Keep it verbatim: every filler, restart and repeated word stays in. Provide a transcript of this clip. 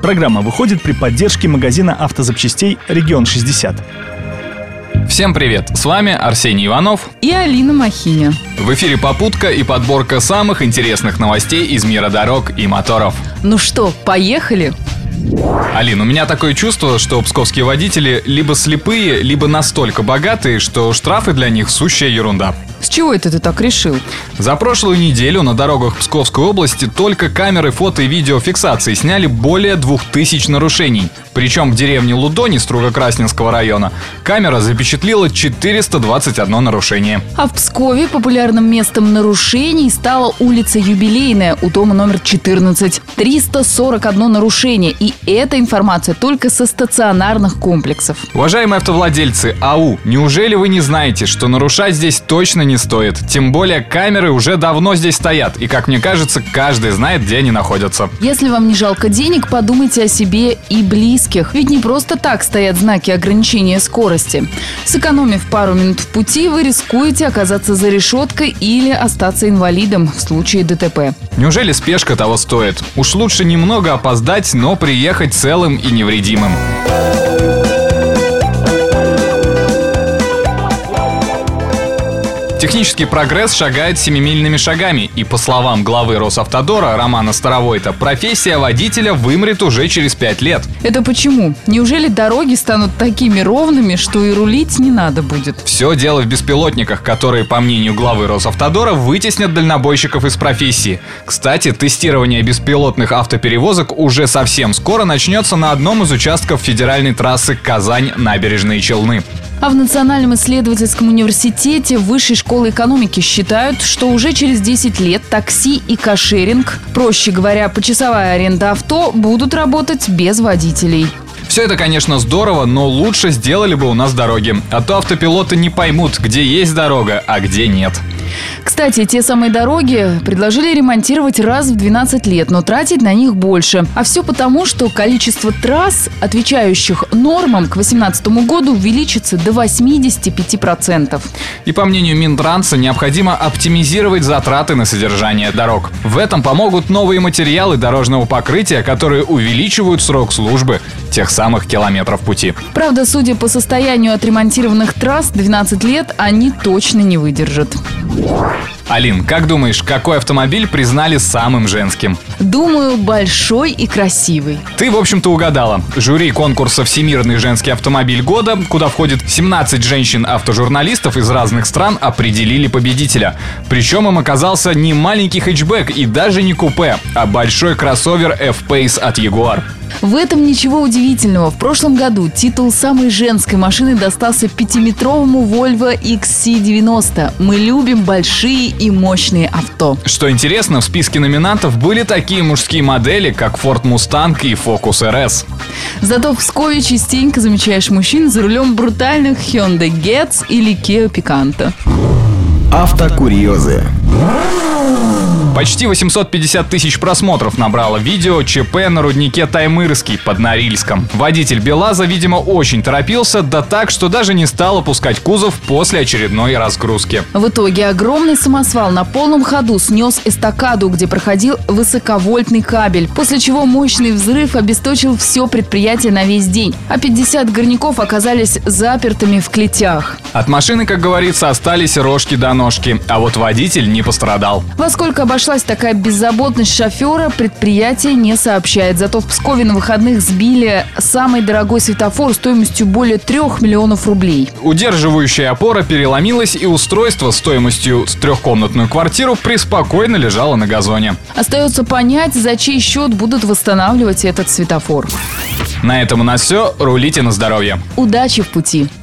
Программа выходит при поддержке магазина автозапчастей «Регион шестьдесят». Всем привет! С вами Арсений Иванов и Алина Махиня. В эфире попутка и подборка самых интересных новостей из мира дорог и моторов. Ну что, поехали? Алин, у меня такое чувство, что псковские водители либо слепые, либо настолько богатые, что штрафы для них сущая ерунда. С чего это ты так решил? За прошлую неделю на дорогах Псковской области только камеры фото- и видеофиксации сняли более двух тысяч нарушений. Причем в деревне Лудони Струго-Красненского района камера запечатлела четыреста двадцать одно нарушение. А в Пскове популярным местом нарушений стала улица Юбилейная у дома номер четырнадцать. триста сорок одно нарушение. И эта информация только со стационарных комплексов. Уважаемые автовладельцы, ау, неужели вы не знаете, что нарушать здесь точно не стоит? Тем более камеры уже давно здесь стоят. И, как мне кажется, каждый знает, где они находятся. Если вам не жалко денег, подумайте о себе и близких. Ведь не просто так стоят знаки ограничения скорости. Сэкономив пару минут в пути, вы рискуете оказаться за решеткой или остаться инвалидом в случае ДТП. Неужели спешка того стоит? Уж лучше немного опоздать, но приехать целым и невредимым. Технический прогресс шагает семимильными шагами, и по словам главы Росавтодора Романа Старовойта, профессия водителя вымрет уже через пять лет. Это почему? Неужели дороги станут такими ровными, что и рулить не надо будет? Все дело в беспилотниках, которые, по мнению главы Росавтодора, вытеснят дальнобойщиков из профессии. Кстати, тестирование беспилотных автоперевозок уже совсем скоро начнется на одном из участков федеральной трассы Казань-Набережные Челны. А в Национальном исследовательском университете Высшей школы экономики считают, что уже через десять лет такси и каршеринг, проще говоря, почасовая аренда авто, будут работать без водителей. Все это, конечно, здорово, но лучше сделали бы у нас дороги. А то автопилоты не поймут, где есть дорога, а где нет. Кстати, те самые дороги предложили ремонтировать раз в двенадцать лет, но тратить на них больше. А все потому, что количество трасс, отвечающих нормам, к две тысячи восемнадцатому году увеличится до восемьдесят пять процентов. И по мнению Минтранса, необходимо оптимизировать затраты на содержание дорог. В этом помогут новые материалы дорожного покрытия, которые увеличивают срок службы тех самых километров пути. Правда, судя по состоянию отремонтированных трасс, двенадцать лет они точно не выдержат. Алин, как думаешь, какой автомобиль признали самым женским? Думаю, большой и красивый. Ты, в общем-то, угадала. Жюри конкурса «Всемирный женский автомобиль года», куда входит семнадцать женщин-автожурналистов из разных стран, определили победителя. Причем им оказался не маленький хэтчбэк и даже не купе, а большой кроссовер F-Pace от Jaguar. В этом ничего удивительного. В прошлом году титул самой женской машины достался пятиметровому Volvo икс си девяносто. Мы любим большие и мощные авто. Что интересно, в списке номинантов были такие мужские модели, как Ford Mustang и Focus эр эс. Зато в Пскове частенько замечаешь мужчин за рулем брутальных Hyundai Getz или Kia Picanto. Автокурьезы. Почти восемьсот пятьдесят тысяч просмотров набрало видео ЧП на руднике Таймырский под Норильском. Водитель БелАЗа, видимо, очень торопился, да так, что даже не стал опускать кузов после очередной разгрузки. В итоге огромный самосвал на полном ходу снес эстакаду, где проходил высоковольтный кабель, после чего мощный взрыв обесточил все предприятие на весь день, а пятьдесят горняков оказались запертыми в клетях. От машины, как говорится, остались рожки до ножки, а вот водитель не пострадал. Во сколько обошлась такая беззаботность шофера, предприятие не сообщает. Зато в Пскове на выходных сбили самый дорогой светофор стоимостью более трех миллионов рублей. Удерживающая опора переломилась, и устройство стоимостью с трехкомнатную квартиру преспокойно лежало на газоне. Остается понять, за чей счет будут восстанавливать этот светофор. На этом у нас все. Рулите на здоровье. Удачи в пути!